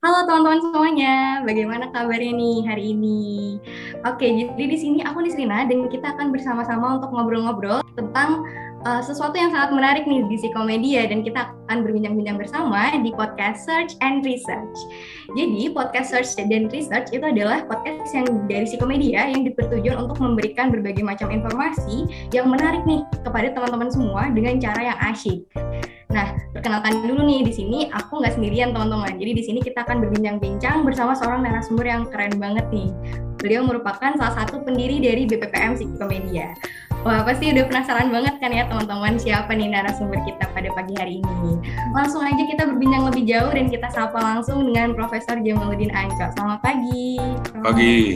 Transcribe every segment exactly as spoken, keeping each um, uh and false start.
Halo teman-teman semuanya, bagaimana kabarnya nih hari ini? Oke, jadi di sini aku Nisrina dan kita akan bersama-sama untuk ngobrol-ngobrol tentang uh, sesuatu yang sangat menarik nih di Psikomedia dan kita akan berbincang-bincang bersama di podcast Search and Research. Jadi podcast Search dan Research itu adalah podcast yang dari Psikomedia yang bertujuan untuk memberikan berbagai macam informasi yang menarik nih kepada teman-teman semua dengan cara yang asyik. Nah, perkenalkan dulu nih di sini aku nggak sendirian teman-teman. Jadi di sini kita akan berbincang-bincang bersama seorang narasumber yang keren banget nih. Beliau merupakan salah satu pendiri dari B P P M Psikomedia. Wah, pasti udah penasaran banget kan ya teman-teman siapa nih narasumber kita pada pagi hari ini. Langsung aja kita berbincang lebih jauh dan kita sapa langsung dengan Profesor Jamaluddin Ancok. Selamat pagi. Prof. Pagi.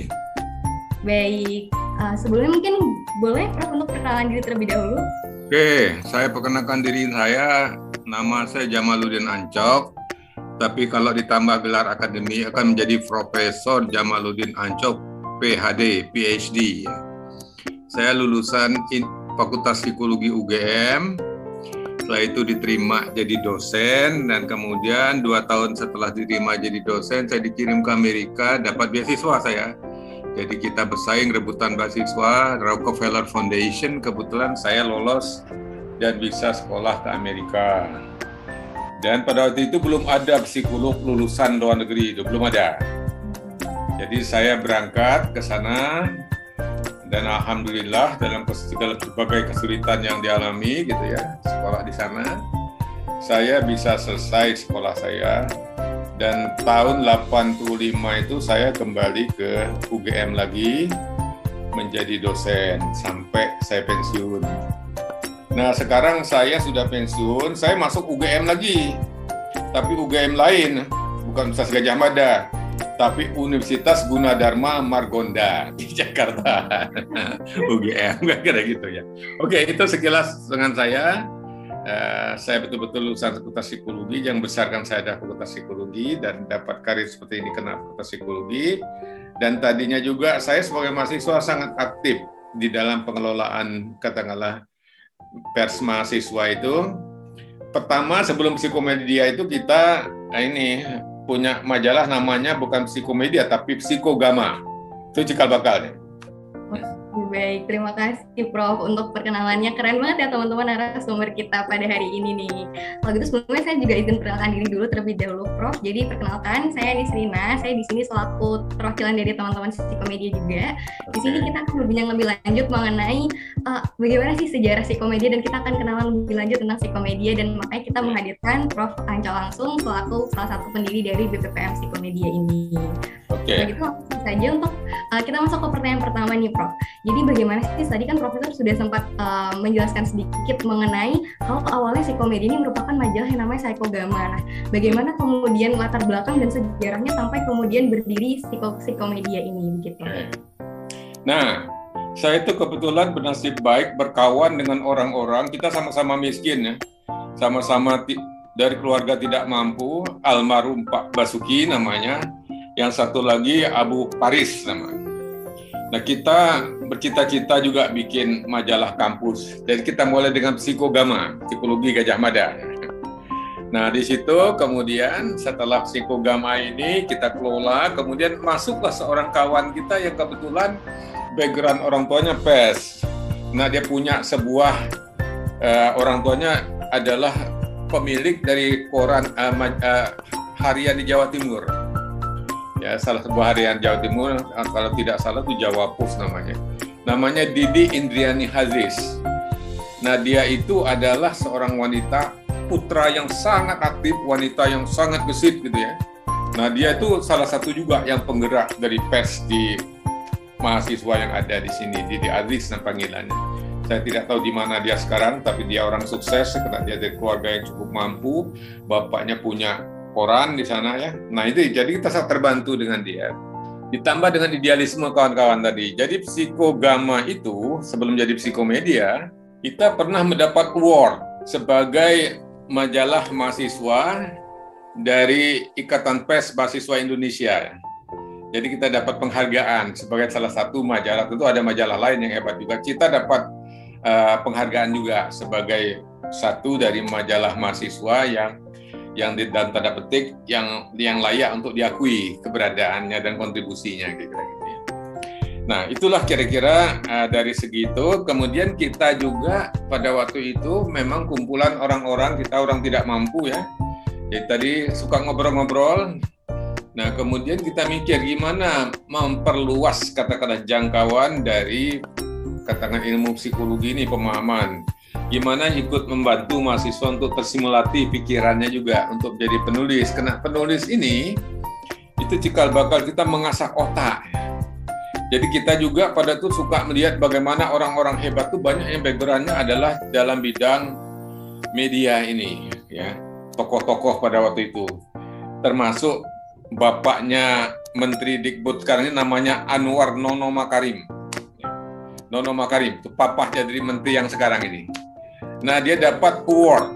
Baik, uh, sebelumnya mungkin boleh Prof untuk perkenalan diri terlebih dahulu. Oke, saya perkenalkan diri saya. Nama saya Jamaluddin Ancok, tapi kalau ditambah gelar akademi akan menjadi Profesor Jamaluddin Ancok P H D, P H D. Saya lulusan Fakultas Psikologi U G M, setelah itu diterima jadi dosen, dan kemudian dua tahun setelah diterima jadi dosen, saya dikirim ke Amerika, dapat beasiswa saya. Jadi kita bersaing rebutan beasiswa, Rockefeller Foundation, kebetulan saya lolos dan bisa sekolah ke Amerika. Dan pada waktu itu belum ada psikolog lulusan luar negeri, itu belum ada. Jadi saya berangkat ke sana dan alhamdulillah dalam segala berbagai kesulitan yang dialami gitu ya, sekolah di sana, saya bisa selesai sekolah saya. Dan tahun delapan puluh lima itu saya kembali ke U G M lagi menjadi dosen sampai saya pensiun. Nah, sekarang saya sudah pensiun, saya masuk U G M lagi. Tapi U G M lain, bukan Universitas Gadjah Mada, tapi Universitas Gunadarma Margonda di Jakarta. U G M, kira gitu ya. Oke, itu sekilas dengan saya. Uh, saya betul-betul lulusan Fakultas Psikologi, yang besarkan saya ada Fakultas Psikologi dan dapat karir seperti ini kena Fakultas Psikologi. Dan tadinya juga saya sebagai mahasiswa sangat aktif di dalam pengelolaan katakanlah pers mahasiswa itu. Pertama sebelum Psikomedia itu kita ini punya majalah namanya bukan Psikomedia tapi Psikogama. Itu cikal bakalnya. Baik, terima kasih Prof untuk perkenalannya. Keren banget ya teman-teman narasumber kita pada hari ini nih. Kalau gitu sebelumnya saya juga izin perkenalkan diri dulu terlebih dahulu Prof. Jadi perkenalkan saya Nisrina, saya di sini selaku perwakilan dari teman-teman Psikomedia juga. Di sini kita akan berbincang lebih lanjut mengenai uh, bagaimana sih sejarah Psikomedia dan kita akan kenalan lebih lanjut tentang Psikomedia, dan makanya kita menghadirkan Prof Ancok langsung selaku salah satu pendiri dari B P P M Psikomedia ini. Oke. Nah, gitu langsung saja untuk uh, kita masuk ke pertanyaan pertama nih Prof. Jadi bagaimana sih, tadi kan Profesor sudah sempat uh, menjelaskan sedikit mengenai kalau awalnya Psikomedia ini merupakan majalah yang namanya Psychogama. Nah, bagaimana kemudian latar belakang dan sejarahnya sampai kemudian berdiri Psiko Psikomedia ini begitu. Nah, saya itu kebetulan bernasib baik berkawan dengan orang-orang, kita sama-sama miskin ya. Sama-sama ti- dari keluarga tidak mampu, almarhum Pak Basuki namanya, yang satu lagi Abu Paris namanya. Nah, kita bercita-cita juga bikin majalah kampus. Dan kita mulai dengan Psikogama, Psikologi Gadjah Mada. Nah, di situ kemudian setelah Psikogama ini kita kelola, kemudian masuklah seorang kawan kita yang kebetulan background orang tuanya pers. Nah, dia punya sebuah, uh, orang tuanya adalah pemilik dari koran uh, uh, harian di Jawa Timur. Ya, salah sebuah harian Jawa Timur, kalau tidak salah itu Jawa Pus namanya. Namanya Didi Indriani Hazis. Nah, dia itu adalah seorang wanita putra yang sangat aktif, wanita yang sangat gesit gitu ya. Nah, dia itu salah satu juga yang penggerak dari pers di mahasiswa yang ada di sini, Didi Aziz nama panggilannya. Saya tidak tahu di mana dia sekarang, tapi dia orang sukses karena dia dari keluarga yang cukup mampu, bapaknya punya koran di sana ya. Nah itu jadi kita sangat terbantu dengan dia. Ditambah dengan idealisme kawan-kawan tadi. Jadi Psikogama itu sebelum jadi Psikomedia, kita pernah mendapat award sebagai majalah mahasiswa dari Ikatan Pers Mahasiswa Indonesia. Jadi kita dapat penghargaan sebagai salah satu majalah. Tentu ada majalah lain yang hebat juga. Kita dapat uh, penghargaan juga sebagai satu dari majalah mahasiswa yang yang di dalam tanda petik yang yang layak untuk diakui keberadaannya dan kontribusinya kira-kira gitu ya. Nah, itulah kira-kira uh, dari segi itu. Kemudian kita juga pada waktu itu memang kumpulan orang-orang, kita orang tidak mampu ya. Jadi tadi suka ngobrol-ngobrol. Nah, kemudian kita mikir gimana memperluas katakanlah jangkauan dari katakan ilmu psikologi ini, pemahaman. Gimana ikut membantu mahasiswa untuk tersimulasi pikirannya juga untuk jadi penulis. Karena penulis ini itu cikal bakal kita mengasah otak. Jadi kita juga pada itu suka melihat bagaimana orang-orang hebat itu banyak yang background-nya adalah dalam bidang media ini, ya, tokoh-tokoh pada waktu itu. Termasuk bapaknya Menteri Dikbud sekarang ini namanya Anwar Nono Makarim. Nono Makarim itu papahnya dari menteri yang sekarang ini. Nah, dia dapat award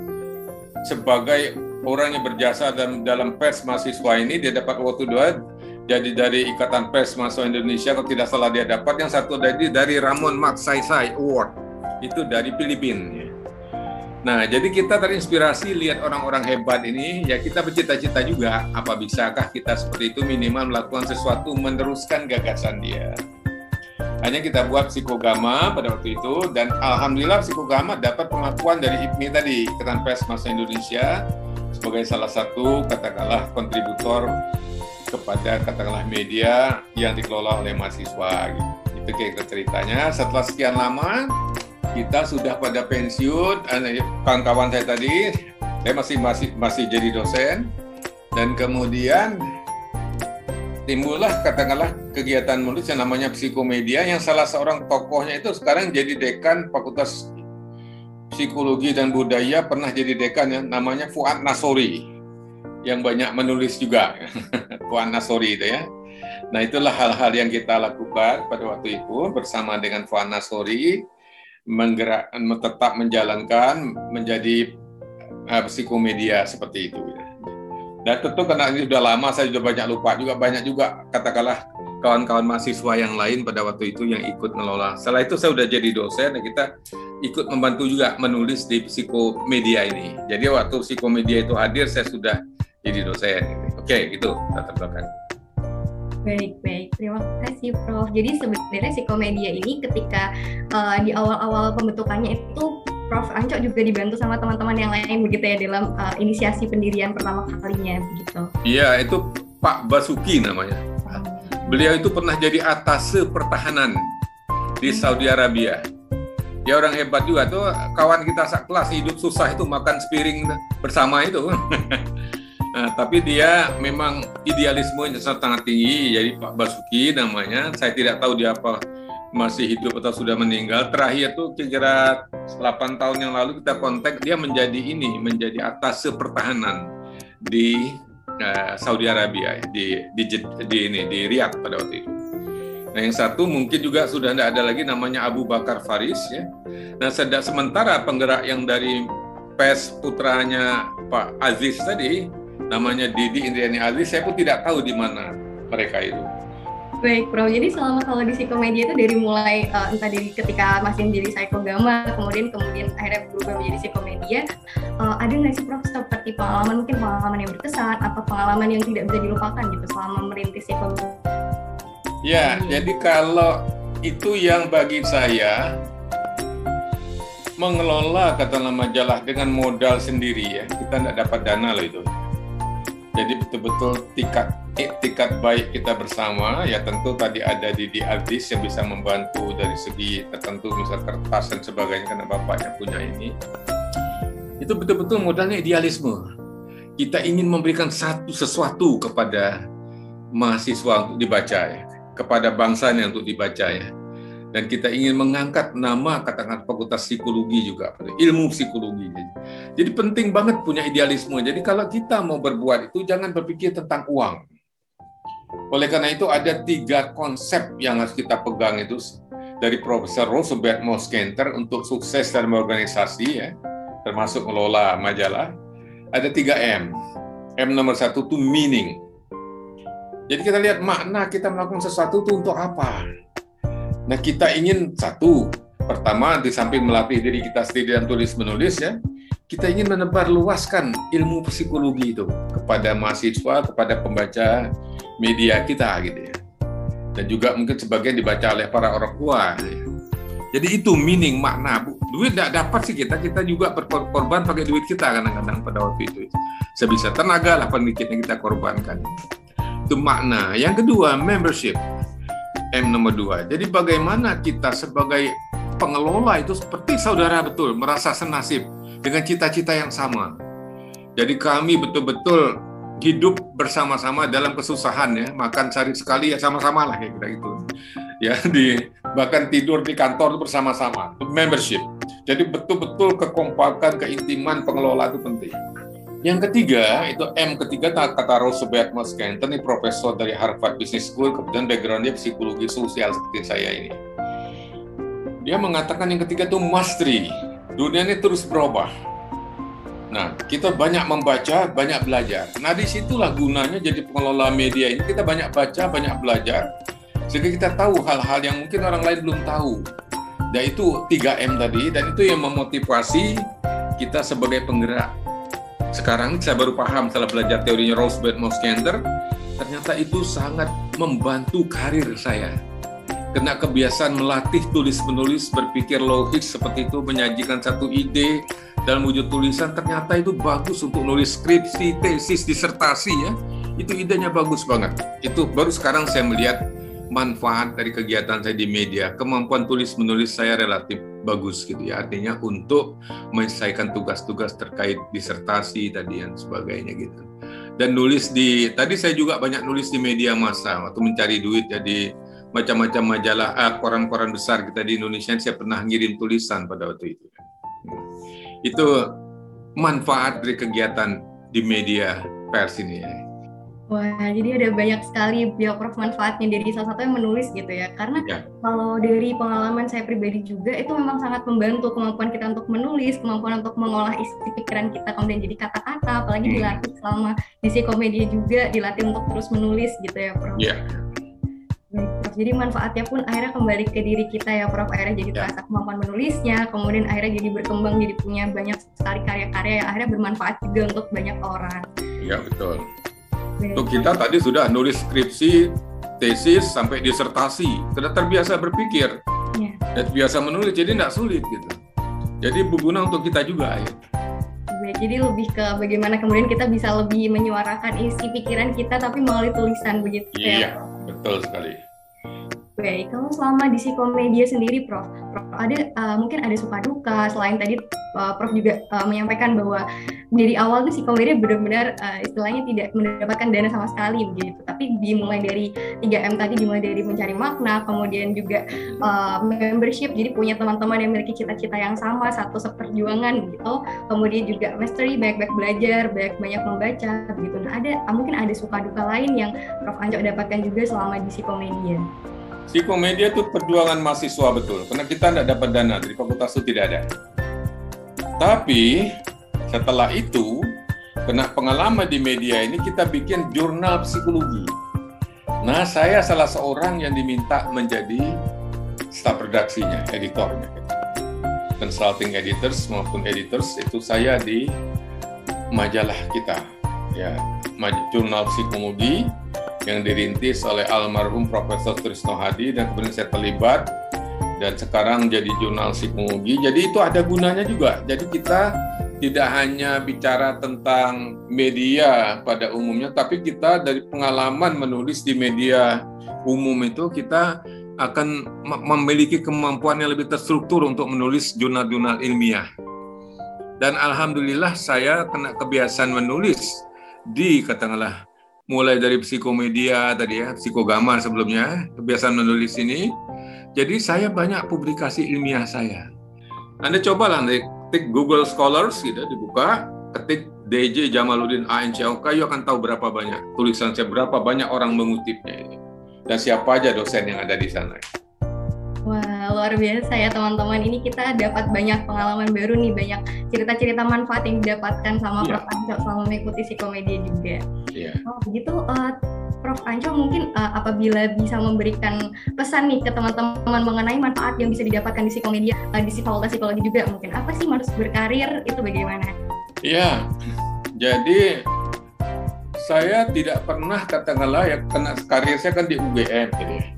sebagai orang yang berjasa dalam dalam pers mahasiswa ini. Dia dapat award dua, jadi dari Ikatan Pers Mahasiswa Indonesia, kalau tidak salah dia dapat. Yang satu dari dari Ramon Magsaysay Award, itu dari Filipina. Nah, jadi kita terinspirasi lihat orang-orang hebat ini, ya kita bercita-cita juga, apa bisakah kita seperti itu minimal melakukan sesuatu meneruskan gagasan dia. Hanya kita buat psikogama pada waktu itu, dan alhamdulillah psikogama dapat pengakuan dari I P M I tadi, Ikatan Pers Mahasiswa Indonesia, sebagai salah satu katakanlah kontributor kepada katakanlah media yang dikelola oleh mahasiswa. Gitu. Itu kira-kira ceritanya. Setelah sekian lama, kita sudah pada pensiun. Kawan-kawan saya tadi, saya masih masih masih jadi dosen, dan kemudian timbullah katakanlah kegiatan menulis yang namanya psikomedia, yang salah seorang tokohnya itu sekarang jadi dekan Fakultas Psikologi dan Budaya, pernah jadi dekan ya, namanya Fuad Nasori, yang banyak menulis juga. Fuad Nasori itu ya. Nah, itulah hal-hal yang kita lakukan pada waktu itu bersama dengan Fuad Nasori, menggerak, tetap menjalankan menjadi uh, psikomedia seperti itu ya. Dan tentu karena ini sudah lama, saya sudah banyak lupa juga, banyak juga katakanlah kawan-kawan mahasiswa yang lain pada waktu itu yang ikut mengelola. Setelah itu saya sudah jadi dosen dan kita ikut membantu juga menulis di psikomedia ini. Jadi waktu psikomedia itu hadir, saya sudah jadi dosen. Oke, gitu latar belakang. Baik, baik. Terima kasih, Prof. Jadi sebenarnya psikomedia ini ketika uh, di awal-awal pembentukannya itu Prof Ancok juga dibantu sama teman-teman yang lain begitu ya dalam uh, inisiasi pendirian pertama kalinya begitu. Iya, itu Pak Basuki namanya. Beliau itu pernah jadi atase pertahanan di Saudi Arabia. Dia orang hebat juga tuh, kawan kita sekelas hidup susah itu makan sepiring bersama itu. Nah, tapi dia memang idealismenya sangat tinggi, jadi Pak Basuki namanya. Saya tidak tahu dia apa masih hidup atau sudah meninggal. Terakhir tuh kira-kira delapan tahun yang lalu kita kontak, dia menjadi ini, menjadi atase pertahanan di uh, Saudi Arabia, di di, di ini di Riyadh pada waktu itu. Nah, yang satu mungkin juga sudah tidak ada lagi, namanya Abu Bakar Faris ya. Nah, sedang sementara penggerak yang dari P E S putranya Pak Aziz tadi, namanya Didi Indriani Aziz, saya pun tidak tahu di mana mereka itu. Baik, Prof. Jadi selama kalau di psikomedia itu dari mulai uh, entah dari ketika masih menjadi psikogama, kemudian kemudian akhirnya berubah menjadi psikomedia, uh, ada nggak sih Prof seperti pengalaman, mungkin pengalaman yang berkesan atau pengalaman yang tidak bisa dilupakan gitu selama merintis psikomedia? Ya, jadi kalau itu yang bagi saya mengelola katakanlah majalah dengan modal sendiri ya, kita tidak dapat dana loh itu. Jadi betul-betul tingkat tingkat baik kita bersama, ya tentu tadi ada Didi Aziz yang bisa membantu dari segi tertentu, misal kertas dan sebagainya karena bapaknya punya ini. Itu betul-betul modalnya idealisme. Kita ingin memberikan satu sesuatu kepada mahasiswa untuk dibaca ya, kepada bangsanya untuk dibaca ya. Dan kita ingin mengangkat nama katakan Fakultas Psikologi juga, ilmu psikologi. Jadi penting banget punya idealisme. Jadi kalau kita mau berbuat itu jangan berpikir tentang uang. Oleh karena itu ada tiga konsep yang harus kita pegang itu dari Profesor Roosevelt Moskenter untuk sukses dalam organisasi ya, termasuk mengelola majalah. Ada tiga M. M nomor satu itu meaning. Jadi kita lihat makna kita melakukan sesuatu itu untuk apa. Nah, kita ingin satu, pertama di samping melatih diri kita sendiri dan tulis-menulis ya, kita ingin menebar luaskan ilmu psikologi itu kepada mahasiswa, kepada pembaca media kita gitu ya. Dan juga mungkin sebagian dibaca oleh para orang tua. Jadi itu meaning, makna. Duit tidak dapat sih kita, kita juga berkorban pakai duit kita kadang-kadang pada waktu itu. Sebisa tenaga lah pemikiran kita korbankan. Itu makna. Yang kedua, membership. M nomor dua. Jadi bagaimana kita sebagai pengelola itu seperti saudara betul, merasa senasib dengan cita-cita yang sama. Jadi kami betul-betul hidup bersama-sama dalam kesusahan ya, makan sehari sekali ya sama-sama lah kayak gitu. Ya, di bahkan tidur di kantor bersama-sama. Membership. Jadi betul-betul kekompakan, keintiman pengelola itu penting. Yang ketiga, itu M ketiga kata Roosevelt Moskenter, ini profesor dari Harvard Business School, kemudian background-nya psikologi sosial seperti saya ini. Dia mengatakan yang ketiga itu mastery. Dunia ini terus berubah. Nah, kita banyak membaca, banyak belajar. Nah, disitulah gunanya jadi pengelola media ini. Kita banyak baca, banyak belajar. Sehingga kita tahu hal-hal yang mungkin orang lain belum tahu. Dan itu tiga M tadi, dan itu yang memotivasi kita sebagai penggerak. Sekarang saya baru paham setelah belajar teorinya Roosevelt Moskenter, ternyata itu sangat membantu karir saya. Kena kebiasaan melatih tulis-menulis, berpikir logis seperti itu, menyajikan satu ide dalam wujud tulisan, ternyata itu bagus untuk nulis skripsi, tesis, disertasi ya. Itu idenya bagus banget. Itu baru sekarang saya melihat manfaat dari kegiatan saya di media. Kemampuan tulis-menulis saya relatif bagus gitu ya. Artinya untuk menyelesaikan tugas-tugas terkait disertasi tadi dan sebagainya gitu. Dan nulis di, tadi saya juga banyak nulis di media massa waktu mencari duit jadi macam-macam majalah, ah, koran-koran besar kita di Indonesia, saya pernah ngirim tulisan pada waktu itu. Itu manfaat dari kegiatan di media pers ini ya. Wah, jadi ada banyak sekali ya Prof manfaatnya dari salah satu yang menulis gitu ya. Karena ya, kalau dari pengalaman saya pribadi juga itu memang sangat membantu kemampuan kita untuk menulis, kemampuan untuk mengolah isi pikiran kita kemudian jadi kata-kata, apalagi hmm. dilatih selama di psikomedia juga dilatih untuk terus menulis gitu ya Prof. Iya. Baik, Prof. Jadi manfaatnya pun akhirnya kembali ke diri kita ya Prof. Akhirnya jadi terasa kemampuan menulisnya, kemudian akhirnya jadi berkembang, jadi punya banyak sekali karya-karya yang akhirnya bermanfaat juga untuk banyak orang. Iya, betul. Baik. Untuk kita tadi sudah nulis skripsi, tesis, sampai disertasi. Sudah terbiasa berpikir, ya. Dan biasa menulis, jadi tidak sulit gitu. Jadi berguna untuk kita juga ya. Baik, jadi lebih ke bagaimana kemudian kita bisa lebih menyuarakan isi pikiran kita tapi melalui tulisan begitu iya, ya? Iya, betul sekali. Baik, kalau selama di psikomedia sendiri, Prof, Prof ada uh, mungkin ada suka duka. Selain tadi uh, Prof juga uh, menyampaikan bahwa dari awal tuh psikomedia benar-benar uh, istilahnya tidak mendapatkan dana sama sekali begitu. Tapi dimulai dari tiga M tadi, dimulai dari mencari makna, kemudian juga uh, membership, jadi punya teman-teman yang memiliki cita-cita yang sama, satu seperjuangan begitu. Kemudian juga mastery, banyak-banyak belajar, banyak-banyak membaca begitu. Nah, ada uh, mungkin ada suka duka lain yang Prof Ancok dapatkan juga selama di psikomedia. Psikomedia itu perjuangan mahasiswa betul, karena kita tidak dapat dana dari fakultas itu tidak ada. Tapi setelah itu, kena pengalaman di media ini kita bikin jurnal psikologi. Nah, saya salah seorang yang diminta menjadi staf redaksinya, editornya. Consulting editors maupun editors itu saya di majalah kita, ya, jurnal psikologi yang dirintis oleh almarhum Profesor Trisno Hadi dan kemudian saya terlibat dan sekarang jadi jurnal psikologi. Jadi itu ada gunanya juga. Jadi kita tidak hanya bicara tentang media pada umumnya, tapi kita dari pengalaman menulis di media umum itu kita akan memiliki kemampuan yang lebih terstruktur untuk menulis jurnal-jurnal ilmiah. Dan alhamdulillah saya kena kebiasaan menulis di katakanlah mulai dari psikomedia tadi ya, psikogama sebelumnya, kebiasaan menulis ini. Jadi saya banyak publikasi ilmiah saya. Anda cobalah nanti ketik Google Scholars gitu, dibuka, ketik D J Jamaluddin A N C O K, you akan tahu berapa banyak tulisan saya, berapa banyak orang mengutipnya ini. Dan siapa aja dosen yang ada di sana. Wah, luar biasa ya teman-teman. Ini kita dapat banyak pengalaman baru nih, banyak cerita-cerita manfaat yang didapatkan sama yeah. Prof Ancok selama mengikuti psikomedia juga. Yeah. Oh, begitu. Uh, Prof Ancol mungkin uh, apabila bisa memberikan pesan nih ke teman-teman mengenai manfaat yang bisa didapatkan di psikomedia, uh, di Fakultas Psikologi juga, mungkin apa sih harus berkarir itu bagaimana? Iya, jadi saya tidak pernah katakanlah ya kena karir saya kan di U G M gitu ya.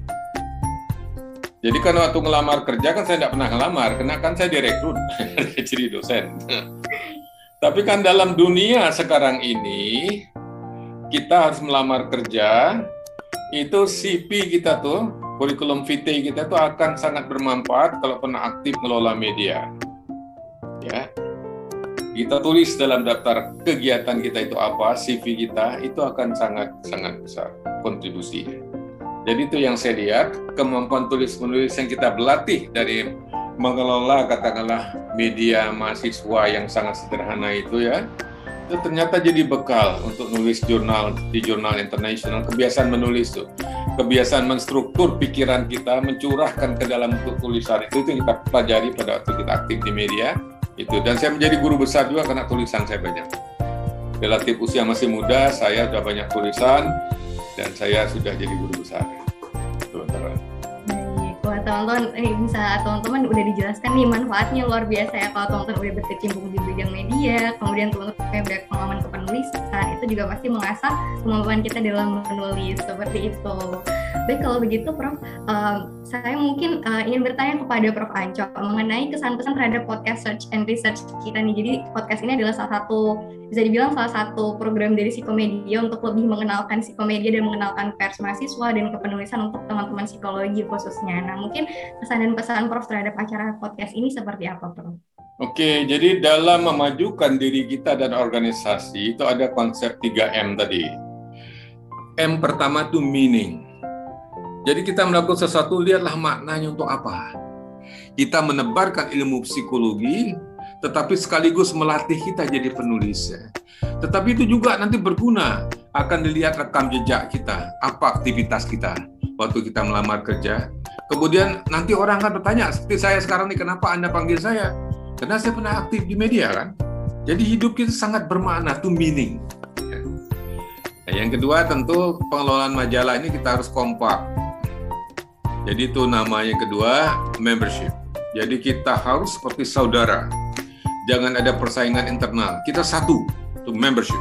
Jadi kan waktu ngelamar kerja kan saya tidak pernah ngelamar, karena kan saya direkrut jadi dosen. Tapi kan dalam dunia sekarang ini kita harus melamar kerja, itu C V kita tuh, kurikulum vitae kita tuh akan sangat bermanfaat kalau pernah aktif ngelola media. Ya. Kita tulis dalam daftar kegiatan kita itu apa, C V kita, itu akan sangat sangat besar kontribusinya. Jadi itu yang saya lihat, kemampuan tulis-menulis yang kita berlatih dari mengelola katakanlah media mahasiswa yang sangat sederhana itu ya, itu ternyata jadi bekal untuk nulis jurnal di jurnal internasional. Kebiasaan menulis tuh, kebiasaan menstruktur pikiran kita, mencurahkan ke dalam tulisan itu, itu yang kita pelajari pada waktu kita aktif di media itu. Dan saya menjadi guru besar juga karena tulisan saya banyak. Relatif usia masih muda, saya sudah banyak tulisan dan saya sudah jadi guru besar. Teman-teman. Wah, teman-teman, eh, bisa teman-teman udah dijelaskan nih manfaatnya luar biasa ya kalau teman-teman udah berkecimpung di bidang media, kemudian teman-teman punya banyak pengalaman kepenulisan, itu juga pasti mengasah kemampuan kita dalam menulis seperti itu. Baik, kalau begitu Prof, uh, saya mungkin uh, ingin bertanya kepada Prof Ancol mengenai kesan-pesan terhadap podcast Search and Research kita nih. Jadi podcast ini adalah salah satu, bisa dibilang salah satu program dari Psikomedia untuk lebih mengenalkan psikomedia dan mengenalkan pers mahasiswa dan kepenulisan untuk teman-teman psikologi khususnya. Nah, mungkin pesan dan pesan Prof terhadap acara podcast ini seperti apa, Prof? Oke, jadi dalam memajukan diri kita dan organisasi itu ada konsep tiga M tadi. M pertama itu meaning. Jadi kita melakukan sesuatu, lihatlah maknanya untuk apa. Kita menebarkan ilmu psikologi, tetapi sekaligus melatih kita jadi penulis. Tetapi itu juga nanti berguna, akan dilihat rekam jejak kita, apa aktivitas kita waktu kita melamar kerja. Kemudian nanti orang akan bertanya, seperti saya sekarang nih, kenapa Anda panggil saya? Karena saya pernah aktif di media kan. Jadi hidup kita sangat bermakna, itu meaning. Nah, yang kedua tentu pengelolaan majalah ini kita harus kompak. Jadi itu namanya kedua, membership. Jadi kita harus seperti saudara. Jangan ada persaingan internal. Kita satu, itu membership.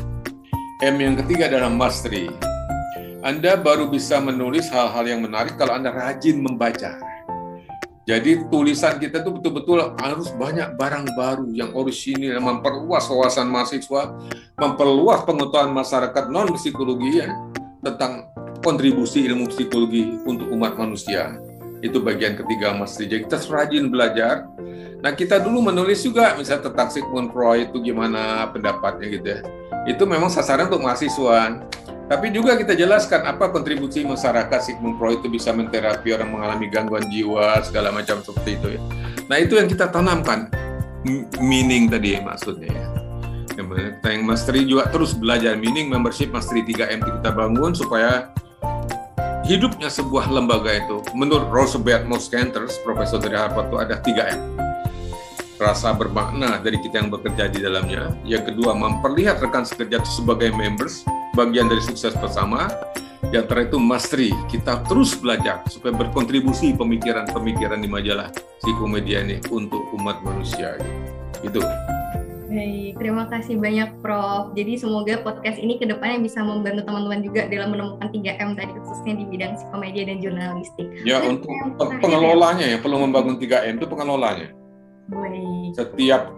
M yang ketiga adalah mastery. Anda baru bisa menulis hal-hal yang menarik kalau Anda rajin membaca. Jadi tulisan kita itu betul-betul harus banyak barang baru yang orisinil, memperluas wawasan mahasiswa, memperluas pengetahuan masyarakat non-psikologi ya, tentang kontribusi ilmu psikologi untuk umat manusia. Itu bagian ketiga Mas. Jadi kita rajin belajar. Nah, kita dulu menulis juga misalnya tentang Sigmund Freud itu gimana pendapatnya gitu ya. Itu memang sasaran untuk mahasiswa. Tapi juga kita jelaskan apa kontribusi masyarakat Sigmund Freud itu bisa menterapi orang mengalami gangguan jiwa segala macam seperti itu ya. Nah, itu yang kita tanamkan meaning tadi ya, maksudnya ya. Yang mastery juga terus belajar meaning, membership, mastery tiga M kita bangun supaya hidupnya sebuah lembaga itu, menurut Roosevelt Moskanters, profesor dari Harvard, itu ada tiga M. Rasa bermakna dari kita yang bekerja di dalamnya. Yang kedua, memperlihat rekan sekerja itu sebagai members, bagian dari sukses bersama. Yang terakhir itu mastery, kita terus belajar supaya berkontribusi pemikiran-pemikiran di majalah Psikomedia ini untuk umat manusia. Itu. Baik, terima kasih banyak Prof. Jadi semoga podcast ini ke depannya bisa membantu teman-teman juga dalam menemukan tiga M tadi, khususnya di bidang psikomedia dan jurnalistik. Ya, Baik, untuk pengelolanya ya, perlu membangun tiga M itu pengelolanya. Baik. Setiap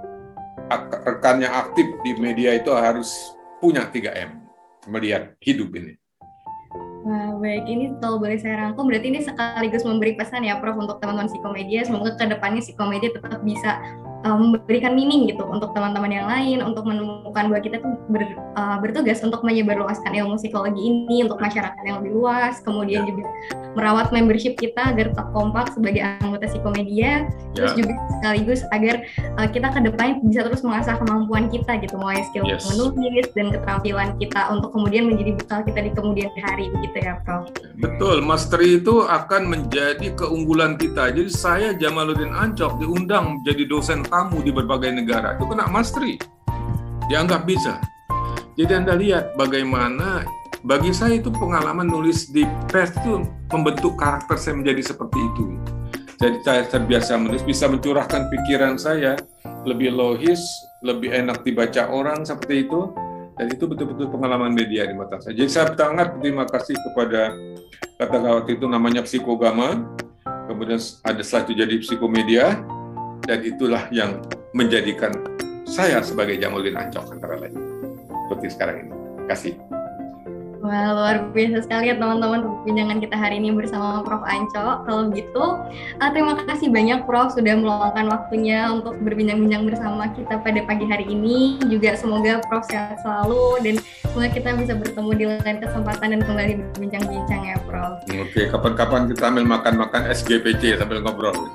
rekan yang aktif di media itu harus punya tiga M, melihat hidup ini. Wah, baik, ini kalau boleh saya rangkum, berarti ini sekaligus memberi pesan ya Prof untuk teman-teman psikomedia, semoga ke depannya psikomedia tetap bisa um, memberikan meaning gitu untuk teman-teman yang lain, untuk menemukan bahwa kita tuh ber, uh, bertugas untuk menyebarluaskan ilmu psikologi ini untuk masyarakat yang lebih luas, kemudian ya. juga merawat membership kita agar tetap kompak sebagai anggota psikomedia, ya. terus juga sekaligus agar uh, kita ke depannya bisa terus mengasah kemampuan kita gitu, mulai skill yes. menulis dan keterampilan kita untuk kemudian menjadi bekal kita di kemudian hari begitu ya Prof. Betul, mastery itu akan menjadi keunggulan kita. Jadi saya Jamaluddin Ancok diundang jadi dosen tamu di berbagai negara, itu kena mastery, dianggap bisa. Jadi Anda lihat bagaimana bagi saya itu pengalaman nulis di pers itu membentuk karakter saya menjadi seperti itu. Jadi saya terbiasa menulis, bisa mencurahkan pikiran saya, lebih logis, lebih enak dibaca orang seperti itu. Dan itu betul-betul pengalaman media di mata saya. Jadi saya sangat berterima kasih kepada kata waktu itu namanya Psikogama, kemudian ada setelah itu jadi Psikomedia, dan itulah yang menjadikan saya sebagai Jamaluddin Ancok antara lain. Seperti sekarang ini. Terima kasih. Wah, luar biasa sekali ya teman-teman perbincangan kita hari ini bersama Prof Ancok. Kalau begitu, uh, terima kasih banyak Prof sudah meluangkan waktunya untuk berbincang-bincang bersama kita pada pagi hari ini. Juga semoga Prof sehat selalu dan semoga kita bisa bertemu di lain kesempatan dan kembali berbincang-bincang ya Prof. Oke, kapan-kapan kita ambil makan-makan S G P C sambil ngobrol.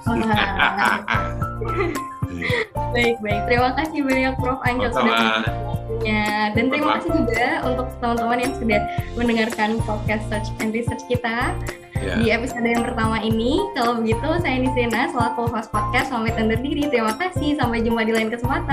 Baik-baik, terima kasih banyak Prof Ancok sudah waktunya. Dan terima kasih juga untuk teman-teman yang sudah mendengarkan podcast Search and Research kita yeah. di episode yang pertama ini. Kalau begitu, saya Nisrina selaku host podcast pamit undur diri. Terima kasih, sampai jumpa di lain kesempatan.